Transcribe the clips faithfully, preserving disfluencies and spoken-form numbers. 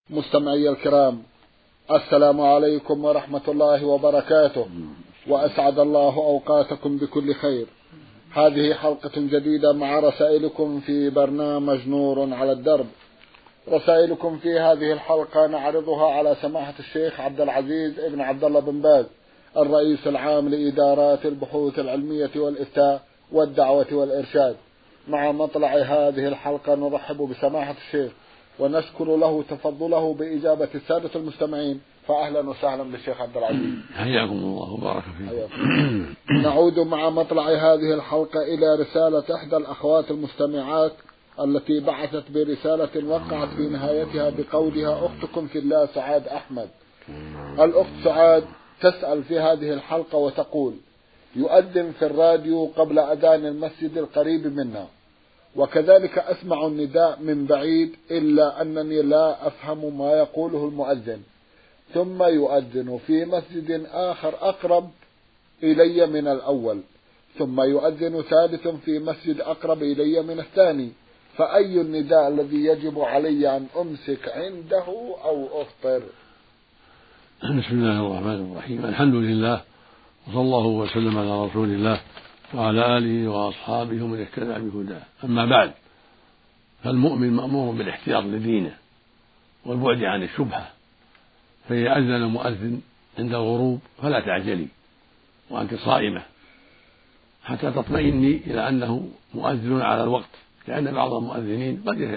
مستمعي الكرام، السلام عليكم ورحمة الله وبركاته، وأسعد الله أوقاتكم بكل خير. هذه حلقة جديدة مع رسائلكم في برنامج نور على الدرب. رسائلكم في هذه الحلقة نعرضها على سماحة الشيخ عبد العزيز ابن عبد الله بن باز، الرئيس العام لإدارات البحوث العلمية والإفتاء والدعوة والإرشاد. مع مطلع هذه الحلقة نرحب بسماحة الشيخ ونشكر له تفضله بإجابة السادة المستمعين، فأهلا وسهلا بالشيخ عبد العزيز. حياكم الله وبارك فيكم. نعود مع مطلع هذه الحلقة إلى رسالة إحدى الأخوات المستمعات التي بعثت برسالة وقعت في نهايتها بقولها: أختكم في الله سعاد أحمد. الأخت سعاد تسأل في هذه الحلقة وتقول: يؤذن في الراديو قبل أذان المسجد القريب منا، وكذلك أسمع النداء من بعيد، إلا أنني لا أفهم ما يقوله المؤذن، ثم يؤذن في مسجد آخر أقرب إلي من الأول، ثم يؤذن ثالث في مسجد أقرب إلي من الثاني، فأي النداء الذي يجب علي أن أمسك عنده أو أفطر؟ بسم الله الرحمن الرحيم. الحمد لله، وصلى الله وسلم على رسول الله وعلى آله وأصحابه ومن اهتدى بهداه. أما بعد، فالمؤمن مأمور بالاحتياط لدينه والبعد عن الشبهة، فإذا أذن المؤذن عند الغروب فلا تعجلي وأنت صائمة حتى تطمئني إلى أنه مؤذن على الوقت، لأن بعض المؤذنين قد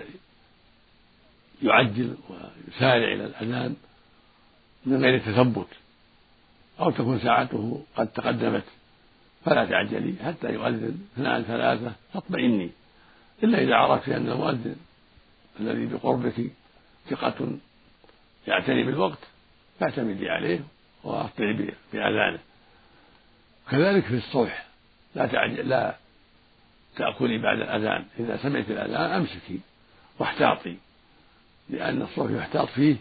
يعجل ويسارع إلى الأذان من غير تثبت، أو تكون ساعته قد تقدمت، فلا تعجلي حتى يؤذن اثنان ثلاثة تطمئني، إلا إذا عرفت أن المؤذن الذي بقربك ثقة يعتني بالوقت فاعتمدي عليه وأطيعي بأذانه. كذلك في الصبح لا تعجل، لا تأكلي بعد الأذان، إذا سمعت الأذان أمسكي واحتاطي، لأن الصبح يحتاط فيه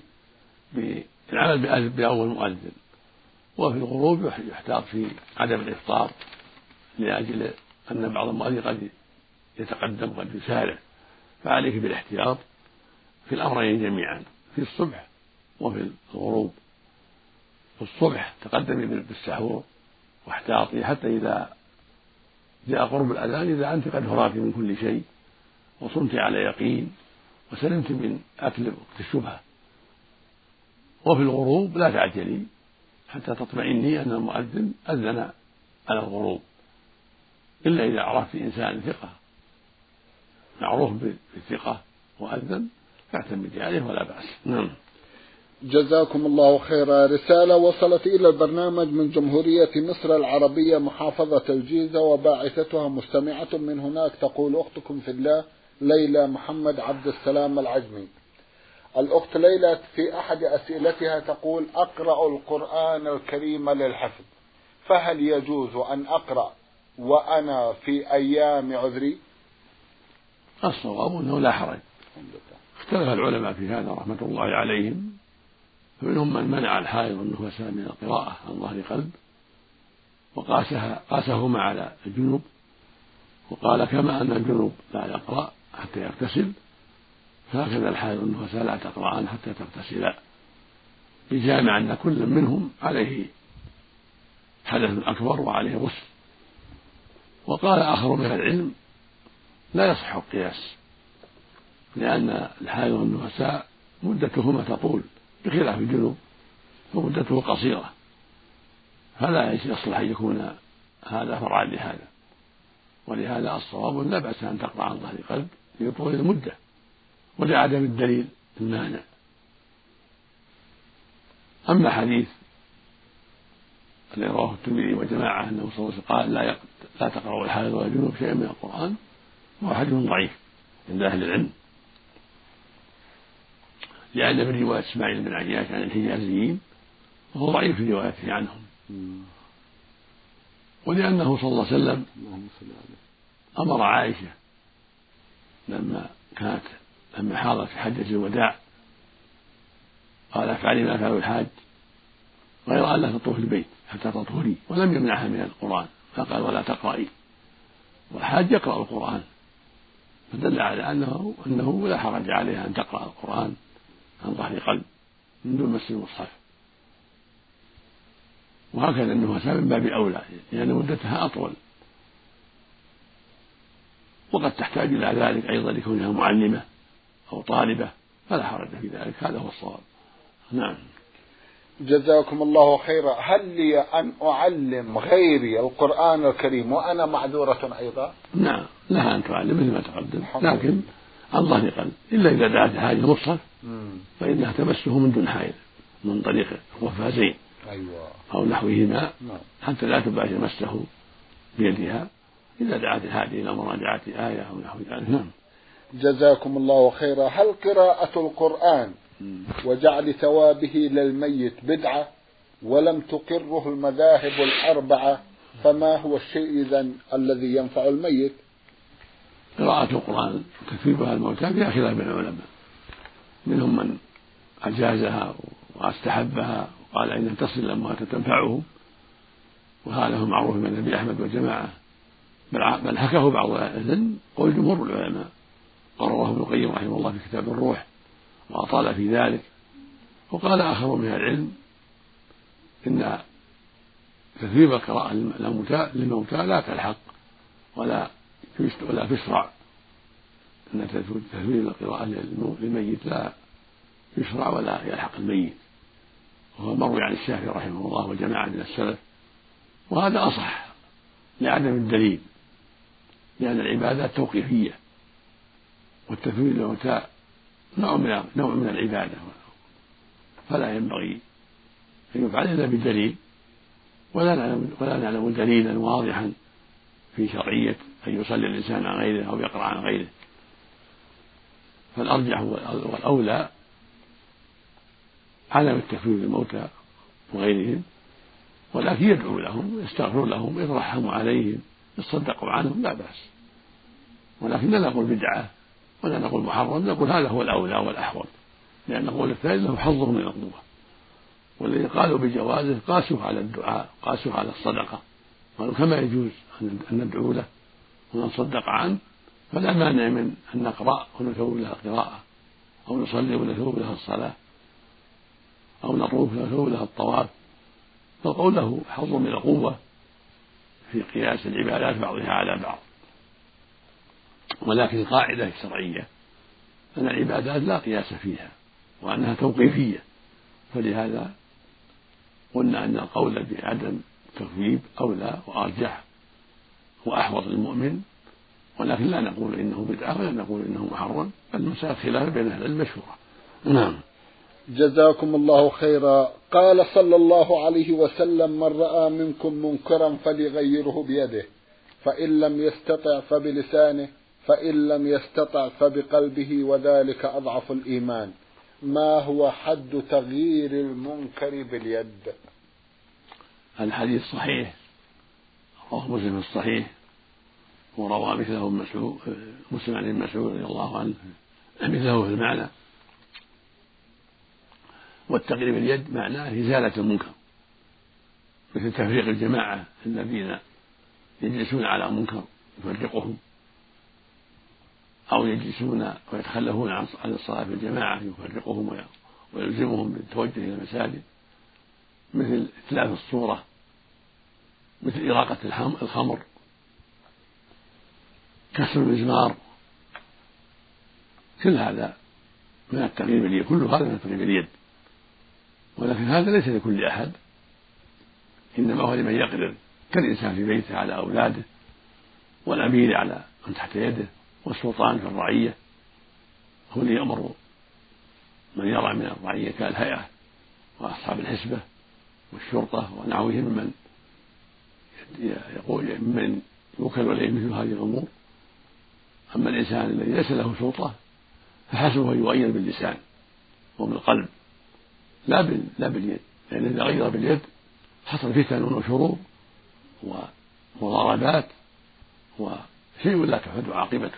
بالعمل بأول مؤذن، وفي الغروب يحتاط في عدم الإفطار، لأجل أن بعض المؤذن قد يتقدم وقد يسارع، فعليك بالاحتياط في الأمرين جميعا، في الصبح وفي الغروب. في الصبح تقدمي بالسحور واحتاطي حتى إذا جاء قرب الأذان، إذا أنت قد فرغت من كل شيء وصمت على يقين وسلمت من أكل وقت الشبهة. وفي الغروب لا تعجلي حتى تطمئني أن المؤذن أذن على الغروب، إلا إذا عرفت إنسان ثقة معروف بالثقة وأذن فاعتمدي عليه ولا بأس. نعم. جزاكم الله خيرا. رسالة وصلت إلى البرنامج من جمهورية مصر العربية محافظة الجيزة، وباعثتها مستمعة من هناك، تقول: أختكم في الله ليلى محمد عبد السلام العجمي. الأخت ليلى في أحد أسئلتها تقول: أقرأ القرآن الكريم للحفظ، فهل يجوز أن أقرأ وأنا في أيام عذري؟ الصواب أنه لا حرج. اختلف العلماء في هذا رحمة الله عليهم، فمنهم من منع الحائض والنفساء من القراءة عن ظهر قلب، وقاسها قاسهما على الجنوب، وقال كما أن الجنوب لا يقرأ حتى يغتسل، فهكذا الحائض والنفساء لا تقرأان حتى تغتسلا، بجامع أن كل منهم عليه حدث أكبر وعليه غسل. وقال آخر من العلم: لا يصح القياس، لأن الحائض والنفساء مدتهما تطول بخلاف الجنوب فمدته قصيرة، فلا يصلح أن يكون هذا فرعا لهذا. ولهذا الصواب لا بأس أن تقرأ عن ظهر قلب لطول المدة ولعدم الدليل المانع. أما حديث الذي رواه الترمذي وجماعة أنه صلى الله عليه وسلم قال: لا لا تقرأوا الحائض ولا الجنوب شيئا من القرآن، وهو حديث ضعيف عند أهل العلم، لأن من رواية إسماعيل بن عياش عن الحجازيين وهو ضعيف في روايته عنهم، ولأنه صلى الله عليه وسلم أمر عائشة لما كانت لما حاضت في حجة الوداع قال: افعلي ما فعل الحاج غير أن لا تطوف البيت حتى تطهري، ولم يمنعها من القرآن، فقال: ولا تقرأي، والحاج يقرأ القرآن، فدل على أنه أنه لا حرج عليها أن تقرأ القرآن عن ظهر قلب من دون مس المصحف، وهكذا النفساء من باب أولى لأن مدتها أطول، وقد تحتاج إلى ذلك أيضا لكونها معلمة أو طالبة فلا حرج في ذلك، هذا هو الصواب. نعم. جزاكم الله خيرا. هل لي أن أعلم غيري القرآن الكريم وأنا معذورة أيضا؟ نعم لها أن تعلم مثل ما تقدم، لكن عن ظهر قلب، إلا إذا دعت حاجة مصحف فإنها تمسه من دون حائل من طريق القفازين أيوة. أو نحوهما حتى لا تباشر مسه بيدها إذا دعت الحاجة إلى مراجعة آية أو نحو ذلك. نعم. جزاكم الله خيرا. هل قراءة القرآن وجعل ثوابه للميت بدعة ولم تقره المذاهب الأربعة، فما هو الشيء إذن الذي ينفع الميت؟ قراءة القرآن وتثويبها الموتى فيها خلاف بين العلماء، منهم من أجازها واستحبها وقال إنها تصل الأموات تنفعهم، وهذا هو معروف من النبي أحمد والجماعة، بل حكاه بعض العلم قول جمهور العلماء قرره ابن القيم رحمه الله في كتاب الروح وأطال في ذلك. وقال آخر من العلم إن تثويب القراءة للموتى لا تلحق ولا ولا تشرع، أن تثويب القراءة للميت لا يشرع ولا يلحق الميت، وهو مروي عن الشافعي رحمه الله وجماعة من السلف، وهذا أصح لعدم الدليل، لأن العبادات توقيفية والتثويب للموتى نوع من نوع من العبادة، فلا ينبغي أن يفعل إلا بدليل، ولا نعلم ولا نعلم دليلا واضحا في شرعية أن يصلي الإنسان عن غيره أو يقرأ عن غيره، فالأرجح والأولى عدم التكفير بالموتى وغيرهم، ولكن يدعو لهم يستغفر لهم يترحم عليهم يتصدقوا عنهم لا بأس، ولكن لا نقول بدعة ولا نقول محرم، نقول هذا هو الأولى والأحوط، لأن قول الثالث له حظه من القوة، والذين قالوا بجوازه قاسوه على الدعاء قاسوه على الصدقة، قالوا كما يجوز أن ندعو له ونصدق عنه فلا مانع من أن نقرأ ونثوب له القراءة أو نصلي ونثوب له الصلاة أو نطوف ونثوب له الطواف، فالقول له حظ من القوة في قياس العبادات بعضها على بعض، ولكن القاعدة الشرعية أن العبادات لا قياس فيها وأنها توقيفية، فلهذا قلنا أن القول بعدم التثويب أولى وأرجح وأحوط للمؤمن، ولكن لا نقول إنه بدعة ولا نقول إنه محرم، المسألة خلاف بين أهل العلم مشهورة. نعم. جزاكم الله خيرا. قال صلى الله عليه وسلم: من رأى منكم منكرا فليغيره بيده، فإن لم يستطع فبلسانه، فإن لم يستطع فبقلبه، وذلك أضعف الإيمان. ما هو حد تغيير المنكر باليد؟ الحديث صحيح، رواه مسلم في الصحيح، وروى مثله مسعود مسلم عن مسعود رضي الله عنه مثله في المعنى. والتغيير باليد معناه إزالة المنكر، مثل تفريق الجماعة الذين يجلسون على منكر يفرقهم، أو يجلسون ويتخلفون عن الصلاة في الجماعة يفرقهم ويلزمهم بالتوجه إلى المساجد، مثل إتلاف الصورة، مثل إراقة الخمر، كسر المزمار، كل هذا من التغيير باليد، كل هذا من التغيير باليد، ولكن هذا ليس لكل أحد، إنما هو لمن يقدر، كالإنسان في بيته على أولاده، والأمير على من تحت يده، والسلطان في الرعية هو اللي يأمر من يرى من الرعية كالهيئة وأصحاب الحسبة والشرطة ونحوهم ممن يقول من يوكل إليه مثل هذه الأمور. أما الإنسان الذي ليس له سلطة فحسبه أن يغير باللسان وبالقلب لا بال لا باليد، لأن إذا غير باليد حصل فتن وشرور ومضاربات وشيء لا تحمد عاقبته.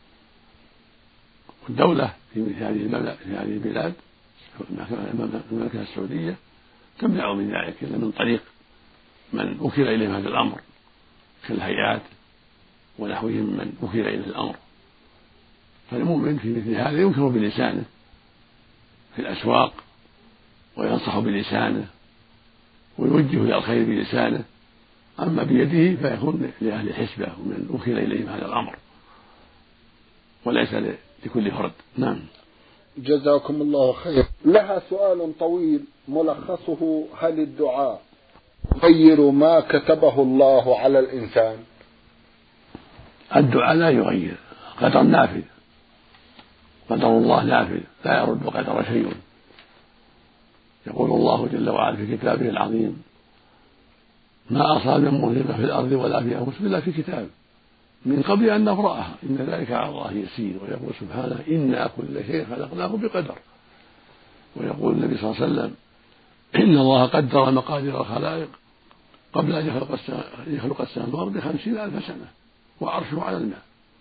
والدولة في مثل هذه في هذه البلاد المملكة السعودية تمنع من ذلك إلا من طريق من وكل إليهم هذا الأمر كالهيئات ونحوهم من وكل إليه الأمر. فالمؤمن في مثل هذا ينكر بلسانه في الأسواق وينصح بلسانه ويوجه إلى الخير بلسانه، أما بيده فيكون لأهل الحسبة ومن وكل إليهم هذا الأمر وليس لكل فرد. نعم. جزاكم الله خير. لها سؤال طويل ملخصه: هل الدعاء يغير ما كتبه الله على الإنسان؟ الدعاء لا يغير، قدر نافذ، قدر الله نافذ لا يرد قدر شيء. يقول الله جل وعلا في كتابه العظيم: ما أصاب من مصيبة في الأرض ولا في أنفسكم إلا في كتاب من قبل أن نبرأها إن ذلك على الله يسير. ويقول سبحانه: إنا كل شيء خلقناه بقدر. ويقول النبي صلى الله عليه وسلم: إن الله قدر مقادير الخلائق قبل أن يخلق السماوات بخمسين ألف سنة وعرشه على الماء.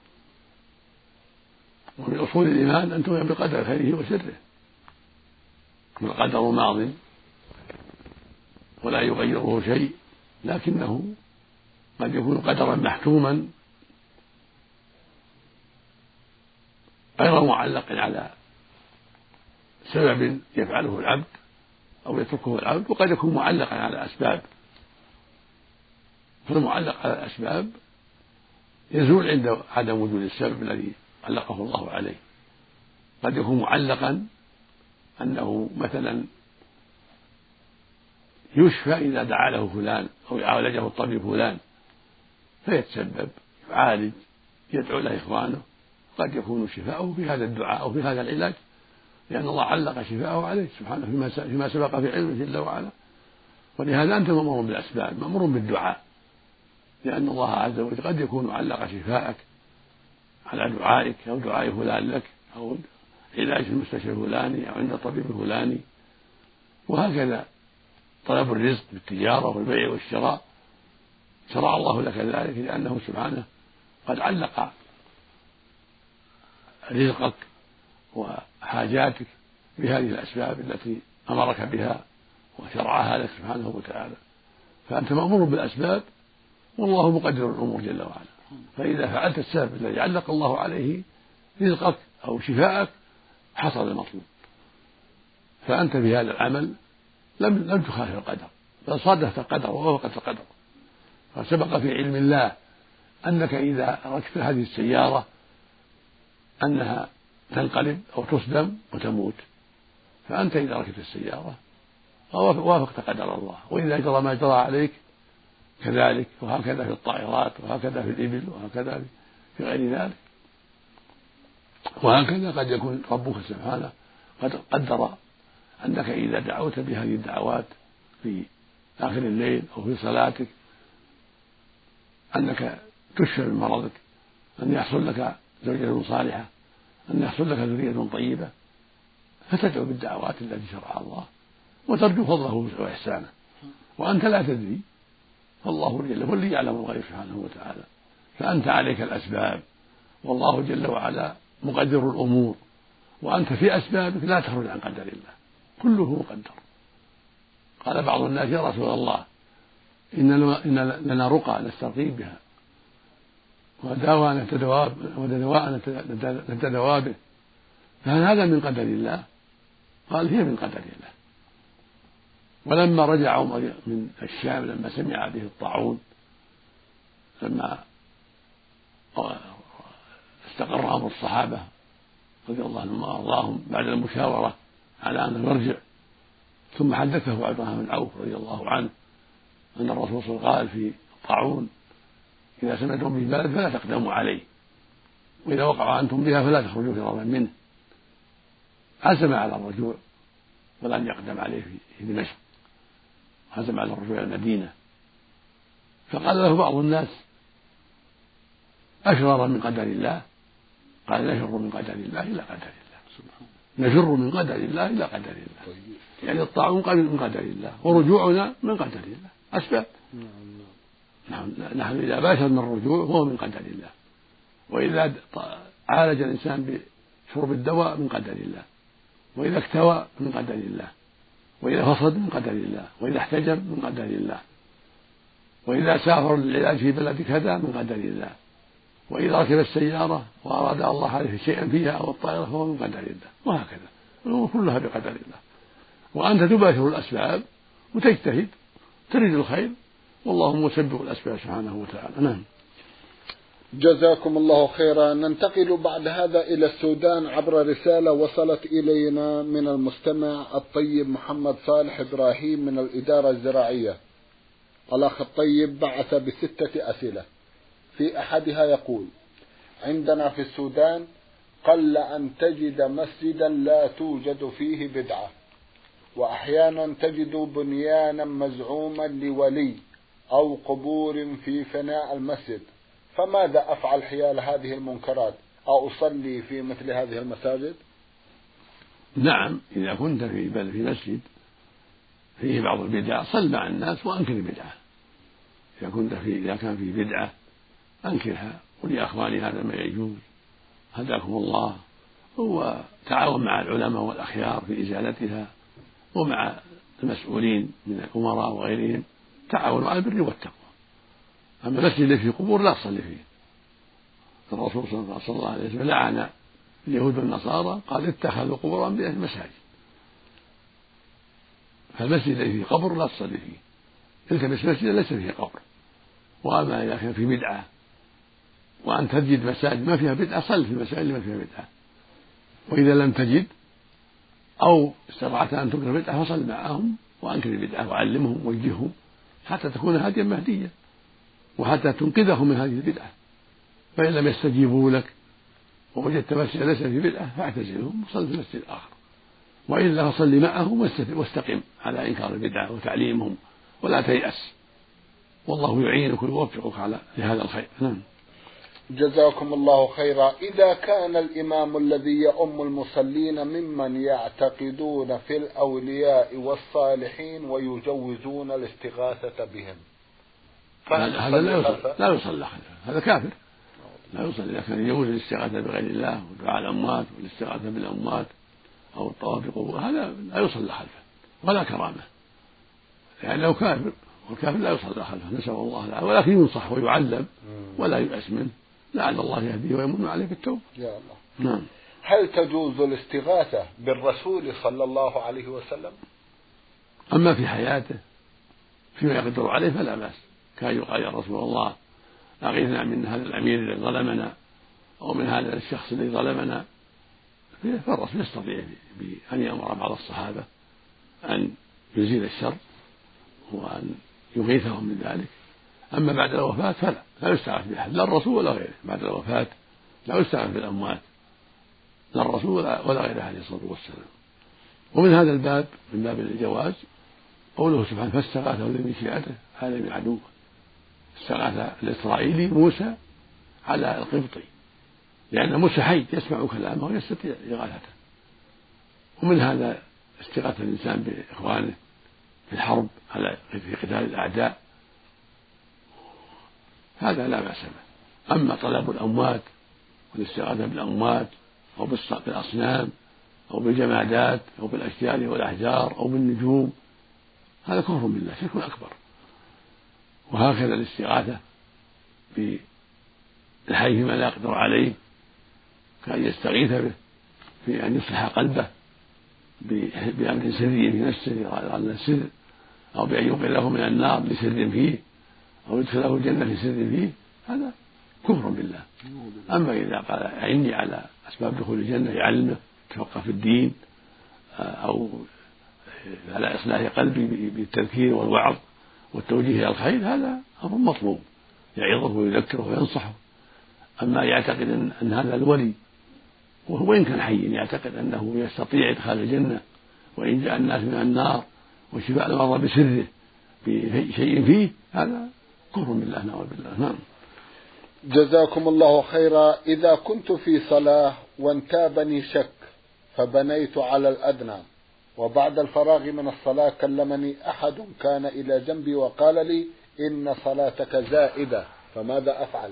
ومن أصول الإيمان أن تؤمن بقدر خيره وشره، والقدر ماض ولا يغيره شيء، لكنه قد يكون قدرا محتوما غير معلق على سبب يفعله العبد أو يتركه العبد، وقد يكون معلقا على أسباب، فالمعلق على الأسباب يزول عند عدم وجود السبب الذي علقه الله عليه. قد يكون معلقا أنه مثلا يشفى إذا دعا له فلان أو يعالجه الطبيب فلان فيتسبب يعالج يدعو له إخوانه، قد يكون شفاؤه في هذا الدعاء أو في هذا العلاج، لأن الله علق شفاءه عليه سبحانه فيما سبق في علمه جل وعلا. ولهذا أنت مأمور بالأسباب، مأمور بالدعاء، لأن الله عز وجل قد يكون علق شفاءك على دعائك أو دعاء فلان لك أو علاج في المستشفى الفلاني أو عند الطبيب الفلاني. وهكذا طلب الرزق بالتجارة والبيع والشراء شرع الله لك ذلك، لأنه سبحانه قد علق رزقك وحاجاتك بهذه الأسباب التي أمرك بها وشرعها لك سبحانه وتعالى. فأنت مأمور بالأسباب والله مقدر الأمور جل وعلا. فإذا فعلت السبب الذي علق الله عليه رزقك أو شفاءك حصل المطلوب، فأنت في هذا العمل لم لم تخالف القدر، بل صادفت القدر ووافقت القدر. فسبق في علم الله أنك إذا ركبت هذه السيارة أنها تنقلب أو تصدم وتموت، فأنت إذا ركبت السيارة وافقت قدر الله، وإذا جرى ما جرى عليك كذلك، وهكذا في الطائرات وهكذا في الإبل وهكذا في غير ذلك. وهكذا قد يكون ربك سبحانه قد قدر أنك إذا دعوت بهذه الدعوات في آخر الليل أو في صلاتك أنك تشفى من مرضك، أن يحصل لك زوجة صالحة، أن يحصل لك ذرية طيبة، فتدعو بالدعوات التي شرعها الله وترجو فضله وإحسانه، وأنت لا تدري، فالله جل هو الذي يعلم الغيب سبحانه وتعالى. فأنت عليك الأسباب والله جل وعلا مقدر الأمور، وأنت في أسبابك لا تخرج عن قدر الله، كله مقدر. قال بعض الناس: يا رسول الله إن لنا رقى نسترقي بها ودواء نتداوى به، فهل هذا من قدر الله؟ قال: هي من قدر الله. ولما رجع عمر من الشام لما سمع به الطاعون، لما استقر أمر الصحابة رضي الله عنهم وأرضاهم بعد المشاورة على أنه يرجع، ثم حدثه عبد الرحمن بن عوف رضي الله عنه أن الرسول صلى الله عليه وسلم قال في الطاعون: إذا سمعتم به بلد فلا تقدموا عليه، وإذا وقع أنتم بها فلا تخرجوا فرارا منه. عزم على الرجوع ولن يقدم عليه في دمشق، عزم على الرجوع إلى المدينة. فقال له بعض الناس: أشرر من قدر الله؟ قال: نشر من قدر الله إلى قدر الله، نشر من قدر الله إلى قدر الله. يعني الطاعون قال من قدر الله، ورجوعنا من قدر الله، أسباب. نعم، نحن إذا باشرنا الرجوع هو من قدر الله، وإذا عالج الإنسان بشرب الدواء من قدر الله، وإذا اكتوى من قدر الله، وإذا فصد من قدر الله، وإذا احتجب من قدر الله، وإذا سافر للعلاج في بلد كذا من قدر الله، وإذا ركب السيارة وأراد الله عليه شيئا فيها أو الطائرة فهو من قدر الله، وهكذا. الأمور كلها بقدر الله، وأنت تباشر الأسباب وتجتهد تريد الخير، والله مسبب الأسباب سبحانه وتعالى. نعم. جزاكم الله خيرا. ننتقل بعد هذا إلى السودان عبر رسالة وصلت إلينا من المستمع الطيب محمد صالح إبراهيم من الإدارة الزراعية. الأخ الطيب بعث بستة أسئلة، في أحدها يقول: عندنا في السودان قل أن تجد مسجدا لا توجد فيه بدعة، وأحيانا تجد بنيانا مزعوما لولي أو قبور في فناء المسجد، فماذا أفعل حيال هذه المنكرات؟ أو أصلي في مثل هذه المساجد؟ نعم، إذا كنت في بل في مسجد فيه بعض البدع صل مع الناس وأنكر البدعة. إذا كنت في إذا كان في بدعة أنكرها، قل يا أخواني هذا ما يجوز، هداكم الله، وتعاون مع العلماء والأخيار في إزالتها، ومع المسؤولين من الأمراء وغيرهم تعاونوا على البر والتقوى. أما المسجد اللي فيه قبور لا تصلي فيه، الرسول صلى الله عليه وسلم لعن اليهود والنصارى، قال اتخذوا قبور أنبيائهم مساجد. فالمسجد الذي فيه قبر لا تصلي فيه، التمس مسجدا ليس فيه قبر. وأما إذا كان في بدعة وأن تجد مساجد ما فيها بدعة صل في المساجد اللي ما فيها بدعة، وإذا لم تجد أو استطعت أن تنكر بدعة فصل معهم وأنكر البدعة وعلمهم ووجههم حتى تكون هاديا مهديا، وحتى تنقذهم من هذه البدعة. فإن لم يستجيبوا لك ووجدت مسجدا ليس فيه بدعة فاعتزلهم وصل في مسجد آخر، وإلا فصل معهم واستقم على إنكار البدعة وتعليمهم ولا تيأس، والله يعينك ويوفقك على لهذا الخير. نعم. جزاكم الله خيرا. إذا كان الإمام الذي يؤم المصلين ممن يعتقدون في الأولياء والصالحين ويجوزون الاستغاثة بهم، هذا لا يصلى لا يصلى خلفه، هذا كافر لا يصلي. إذا كان يجوز الاستغاثة بغير الله ودعاء الأموات والاستغاثة بالأموات أو الطواف بقبور، هذا لا يصلى خلفه ولا كرامة، لأنه كافر، والكافر لا يصلى خلفه، نسأل الله العافية. ولكن ينصح ويعلم ولا ييأس منه، لعل الله يهديه ويمن عليه بالتوبة. يا الله. نعم. هل تجوز الاستغاثة بالرسول صلى الله عليه وسلم؟ أما في حياته فيما يقدر عليه فلا بأس، كان يقال يا رسول الله أغيثنا من هذا الأمير الذي ظلمنا أو من هذا الشخص الذي ظلمنا، فالرسول يستطيع بأن يأمر بعض الصحابة أن يزيل الشر وأن يغيثهم من ذلك. أما بعد الوفاة فلا لا يستغاث بأحد، لا الرسول ولا غيره. بعد الوفاة لا يستغاث بالأموات، لا الرسول ولا غيره عليه الصلاة والسلام. ومن هذا الباب من باب الجواز قوله سبحانه فاستغاثه من شيعته هذا من عدوه، استغاث الإسرائيلي موسى على القبطي لأن موسى حي يسمع كلامه ويستطيع إغاثته. ومن هذا استغاثة الإنسان بإخوانه في الحرب على في قتال الأعداء، هذا لا بأس به. أما طلب الأموات والاستغاثة بالأموات أو بالأصنام أو بالجمادات أو بالأشجار والأحجار أو بالنجوم هذا كفر بالله، شرك أكبر. وهكذا الاستغاثة بالحي فيما لا يقدر عليه، كأن يستغيث به في أن يصلح قلبه بأمر سري في نفسه على السر، أو بأن ينقذه من النار بسر فيه، أو يدخله الجنة في سر فيه، هذا كفر بالله. أما إذا قال أعني على أسباب دخول الجنة يعلمه يتفقه في الدين أو على إصلاح قلبي بالتذكير والوعظ والتوجيه إلى الخير، هذا أمر مطلوب، يعظه ويذكره وينصحه. أما يعتقد أن هذا الولي وهو إن كان حي يعتقد أنه يستطيع إدخال الجنة وإن جاء الناس من النار وشفاء المرضى بسره بشيء فيه، هذا كفر بالله نعوذ بالله. نعم. جزاكم الله خيرا. إذا كنت في صلاة وانتابني شك فبنيت على الأدنى، وبعد الفراغ من الصلاة كلمني أحد كان إلى جنبي وقال لي إن صلاتك زائدة، فماذا أفعل؟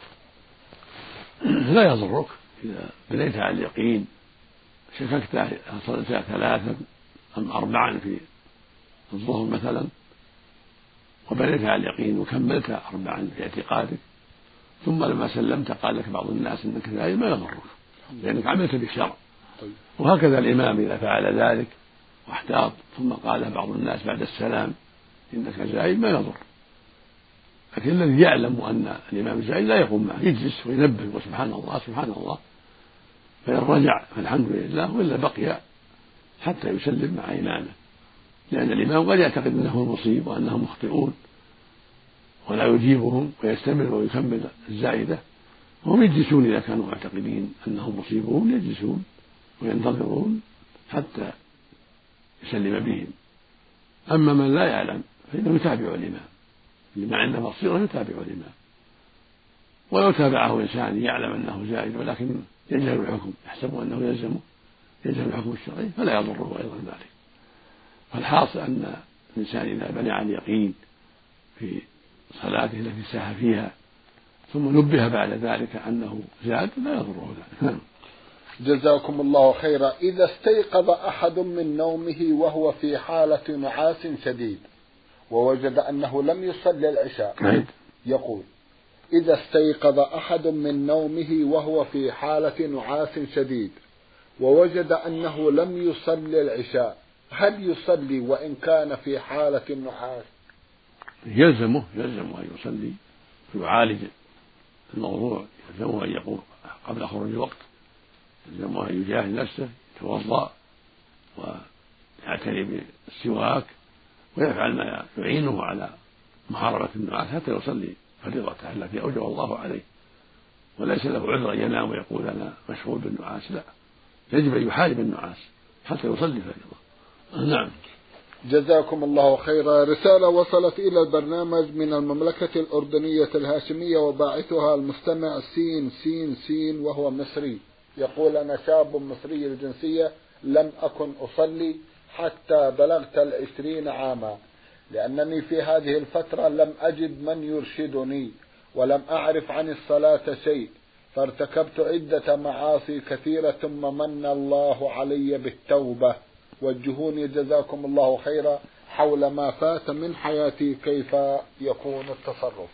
لا يضرك إذا بنيت على اليقين، شككت هل صليت ثلاثا أم أربعا في الظهر مثلا، وبنيت على اليقين وكملت أربعا في اعتقادك، ثم لما سلمت قال لك بعض الناس إنك ذلك، ما يضرك لأنك عملت بالشرع وهكذا الإمام إذا فعل ذلك واحتاط ثم قال بعض الناس بعد السلام إنك زائد ما يضر، لكن الذي يعلم أن الإمام زائد لا يقوم معه، يجلس وينبه وسبحان الله سبحان الله، فإن رجع فالحمد لله، وإلا بقي حتى يسلم مع إمامه، لأن الإمام قد يعتقد أنه المصيب وأنهم مخطئون ولا يجيبهم ويستمر ويكمل الزائدة، وهم يجلسون إذا كانوا معتقدين أنهم مصيبون، يجلسون وينتظرون حتى يسلم بهم. أما من لا يعلم فإنه يتابع الإمام، لما عنده بصيرة يتابع الإمام، ولو تابعه إنسان يعلم أنه زائد ولكن يجهل الحكم يحسب أنه يلزمه يجهل الحكم الشرعي فلا يضره أيضا ذلك. فالحاصل أن الإنسان إذا بنى عن يقين في صلاته التي ساها فيها ثم نبه بعد ذلك أنه زاد لا يضره ذلك. جزاكم الله خيرا. إذا استيقظ أحد من نومه وهو في حالة نعاس شديد ووجد أنه لم يصلي العشاء، يقول: إذا استيقظ أحد من نومه وهو في حالة نعاس شديد ووجد أنه لم يصلي العشاء، هل يصلي وإن كان في حالة النعاس؟ يلزمه يلزمه أن يصلي ويعالج الموضوع، يلزمه أن يقوم قبل خروج الوقت، يلزمه أن يجاهد نفسه، يتوضأ ويعتني بالسواك ويفعل ما يعينه على محاربة النعاس حتى يصلي فريضته التي أوجب الله عليه، وليس له عذر أن ينام ويقول أنا مشغول بالنعاس، لا، يجب أن يحارب النعاس حتى يصلي فريضة. نعم. جزاكم الله خيرا. رسالة وصلت إلى البرنامج من المملكة الأردنية الهاشمية وباعثها المستمع سين سين سين وهو مصري، يقول: أنا شاب مصري الجنسية، لم أكن أصلي حتى بلغت العشرين عاما، لأنني في هذه الفترة لم أجد من يرشدني ولم أعرف عن الصلاة شيء، فارتكبت عدة معاصي كثيرة ثم من الله علي بالتوبة، وجهوني جزاكم الله خيرا حول ما فات من حياتي، كيف يكون التصرف؟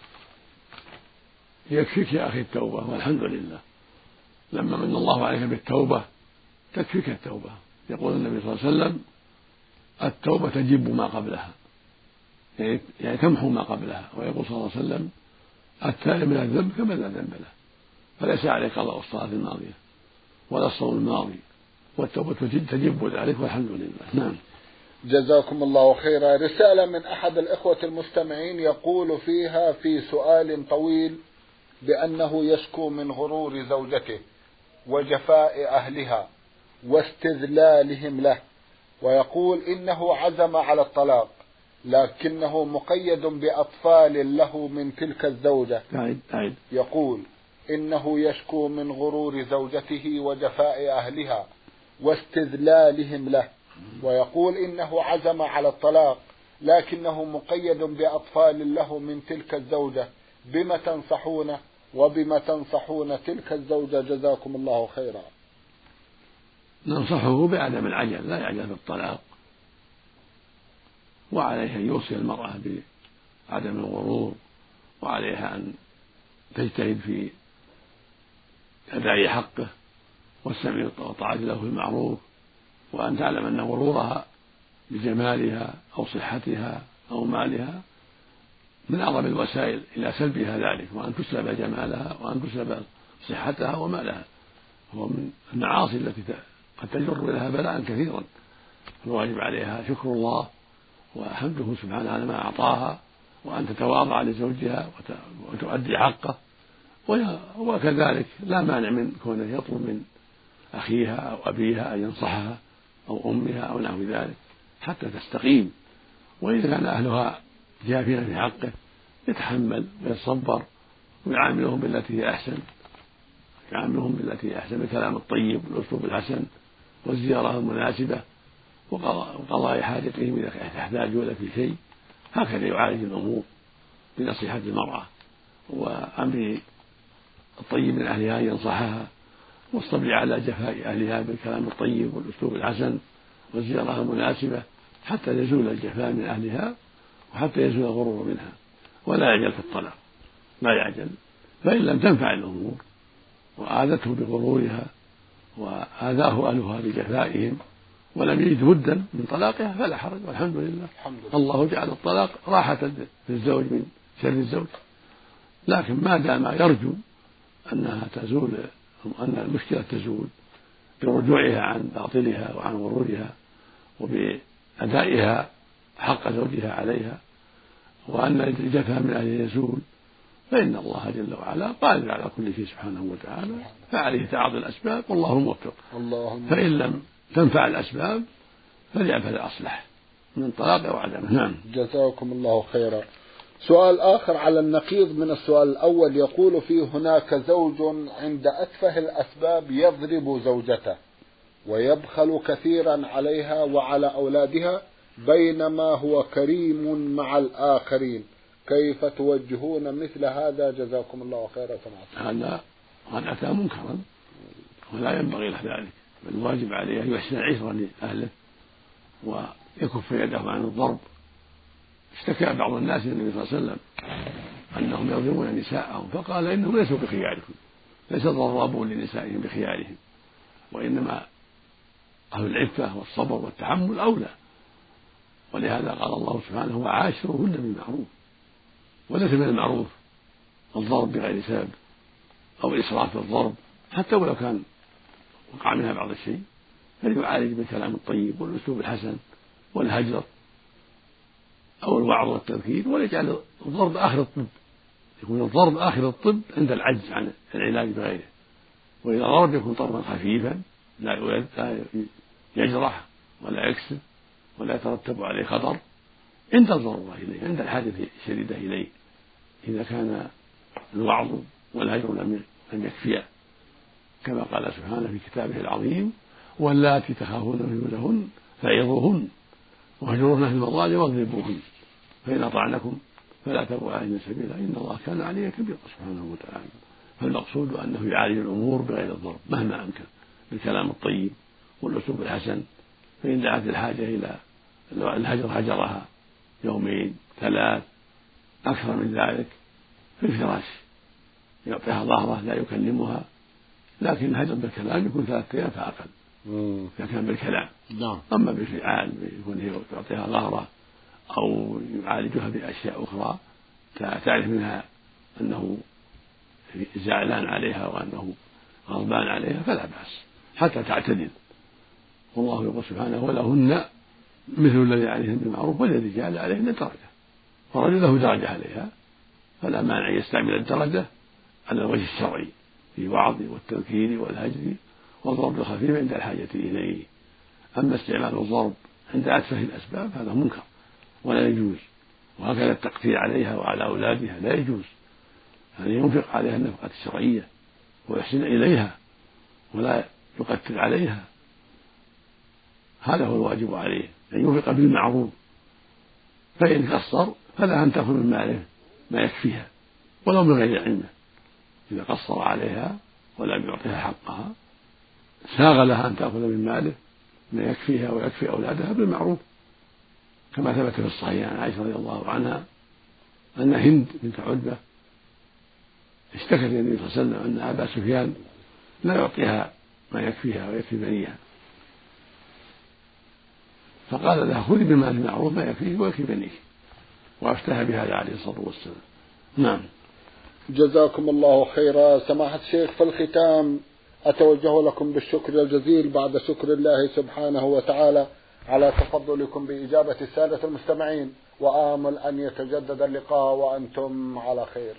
يكفيك يا أخي التوبة والحمد لله، لما من الله عليك بالتوبة تكفيك التوبة. يقول النبي صلى الله عليه وسلم: التوبة تجب ما قبلها، يعني تمحو ما قبلها. ويقول صلى الله عليه وسلم: التائب من الذنب كمن لا ذنب له، فليس عليك قضاء الصلاة الماضية ولا الصوم الماضي، والتوبة تجب ذلك والحمد لله. نعم. جزاكم الله خيرا. رسالة من أحد الإخوة المستمعين يقول فيها في سؤال طويل بأنه يشكو من غرور زوجته وجفاء أهلها واستذلالهم له، ويقول إنه عزم على الطلاق لكنه مقيد بأطفال له من تلك الزوجة. يقول إنه يشكو من غرور زوجته وجفاء أهلها واستذلالهم له، ويقول إنه عزم على الطلاق لكنه مقيد بأطفال له من تلك الزوجة، بما تنصحونه وبما تنصحون تلك الزوجة جزاكم الله خيرا؟ ننصحه بعدم العجل، لا يعجل بالطلاق، وعليها أن يوصي المرأة بعدم الغرور، وعليها أن تجتهد في أداء حقه والسمع والطاعة له في المعروف، وأن تعلم أن غرورها بجمالها أو صحتها أو مالها من أعظم الوسائل إلى سلبها ذلك، وأن تسلب جمالها وأن تسلب صحتها ومالها، هو من المعاصي التي قد تجر لها بلاء كثيرا. الواجب عليها شكر الله وحمده سبحانه على ما أعطاها، وأن تتواضع لزوجها وتؤدي حقه، وكذلك لا مانع من كونه يطلب من أخيها أو أبيها أن ينصحها أو أمها أو نحو ذلك حتى تستقيم. وإذا كان أهلها جافين في حقه يتحمل ويتصبر ويعاملهم بالتي هي أحسن، يعاملهم بالتي هي أحسن بالكلام الطيب والأسلوب الحسن والزيارة المناسبة وقضاء حاجتهم إذا احتاجوا إلى في شيء. هكذا يعالج الأمور بنصيحة المرأة وأمر الطيب من أهلها أن ينصحها، والصبر على جفاء أهلها بالكلام الطيب والأسلوب الحسن والزيارة المناسبة حتى يزول الجفاء من أهلها وحتى يزول الغرور منها، ولا يعجل في الطلاق، لا يعجل، فإن لم تنفع الأمور وآذته بغرورها وآذاه أهلها بجفائهم ولم يجد بدا من طلاقها فلا حرج والحمد لله. الحمد لله. الله جعل الطلاق راحة للزوج من شر الزوج، لكن ما دام يرجو أنها تزول، أن المشكلة تزول برجوعها عن باطلها وعن غرورها وبأدائها حق زوجها عليها، وأن الجفا من أهله يزول، فإن الله جل وعلا قادر على كل شيء سبحانه وتعالى، فعليه تعاطي الأسباب والله الموفق. فإن لم تنفع الأسباب فليعمل الأصلح من طلاق أو عدمه. نعم. جزاكم الله خيرا. سؤال آخر على النقيض من السؤال الأول، يقول فيه: هناك زوج عند أتفه الأسباب يضرب زوجته ويبخل كثيرا عليها وعلى أولادها بينما هو كريم مع الآخرين، كيف توجهون مثل هذا؟ جزاكم الله خيرا. هذا هذا أتى منكرا ولا ينبغي له ذلك، بل الواجب عليه أن يحسن العشرة لأهله ويكف يده عن الضرب. اشتكى بعض الناس للنبي صلى الله عليه وسلم أنهم يضربون نساءهم، فقال: إنهم ليسوا بخياركم، ليس الضرابون لنسائهم بخيارهم، وإنما أهل العفة والصبر والتحمل أولى. ولهذا قال الله سبحانه: وعاشروهن بالمعروف. وليس من المعروف الضرب بغير سبب أو الإسراف في الضرب، حتى ولو كان وقع منها بعض الشيء، فليعالج بالكلام الطيب والأسلوب الحسن والهجر أو الوعظ والتذكير، وليجعل الضرب آخر الطب، يكون الضرب آخر الطب عند العجز عن العلاج بغيره. وإذا ضرب يكون ضربا خفيفا لا يجرح ولا يكسر ولا يترتب عليه خطر عند الضرورة إليه، عند الحاجة الشديدة إليه، إذا كان الوعظ والهجر لم يكفيا، كما قال سبحانه في كتابه العظيم: واللاتي تخافون نشوزهن فعظوهن واهجروهن في المضاجع واضربوهن فإن أطعنكم فلا تبغوا عليهن سبيلا إن الله كان عليا كبيرا سبحانه وتعالى. فالمقصود أنه يعالج الأمور بغير الضرب مهما أمكن بالكلام الطيب والأسلوب الحسن، فإن دعت الحاجة إلى الهجر هجرها يومين ثلاث أكثر من ذلك في الفراش، يعطيها ظهره لا يكلمها، لكن الهجر بالكلام يكون ثلاثة أيام فأقل إذا كان بالكلام. أما بالفعال يكون يعطيها ظهره أو يعالجها بأشياء أخرى تعرف منها أنه زعلان عليها وأنه غضبان عليها فلا بأس حتى تعتدل. والله يقول سبحانه: ولهن مثل الذي عليهن بالمعروف وللرجال عليهن درجة، فالرجل له درجة عليها، فلا مانع يستعمل الدرجة على الوجه الشرعي في الوعظ والتذكير والهجر والضرب الخفيف عند الحاجة إليه. أما استعمال الضرب عند أتفه الأسباب هذا منكر ولا يجوز، وهكذا التقتير عليها وعلى أولادها لا يجوز، يعني ينفق عليها النفقة الشرعية ويحسن إليها ولا يقتل عليها، هذا هو الواجب عليه، أن ينفق بالمعروف، فإن قصر فلا أن تأخذ من ماله ما يكفيها ولو من غير علمه. إذا قصر عليها ولم يعطيها حقها ساغ لها أن تأخذ من ماله ما يكفيها ويكفي أولادها بالمعروف، كما ثبت في الصحيح عن عائشة رضي الله عنها أن هند بنت عتبة اشتكت للنبي صلى الله عليه وسلم أن أبا سفيان لا يعطيها ما يكفيها ويكفي بنيها، فقال لها: خذي بالمال المعروف ما يكفيه ويكفي بنيك، وأفتاها بهذا عليه الصلاة والسلام. نعم. جزاكم الله خيرا. سماحة الشيخ، في الختام أتوجه لكم بالشكر الجزيل بعد شكر الله سبحانه وتعالى على تفضلكم بإجابة السادة المستمعين، وآمل أن يتجدد اللقاء وأنتم على خير.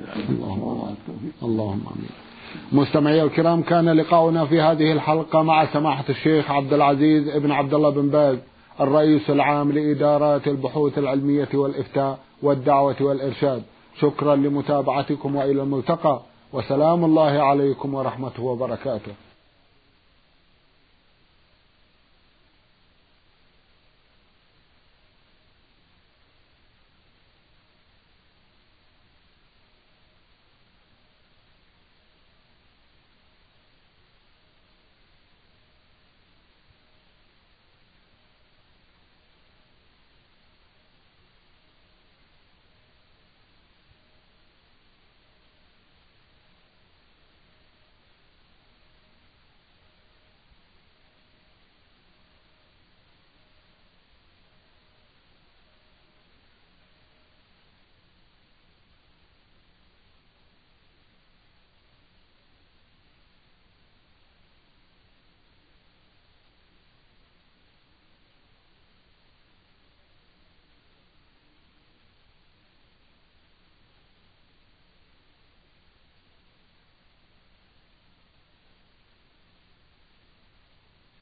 اللهم آمين. مستمعي الكرام، كان لقاؤنا في هذه الحلقة مع سماحة الشيخ عبد العزيز ابن عبد الله بن باز، الرئيس العام لإدارات البحوث العلمية والإفتاء والدعوة والإرشاد. شكرا لمتابعتكم وإلى الملتقى، وسلام الله عليكم ورحمته وبركاته.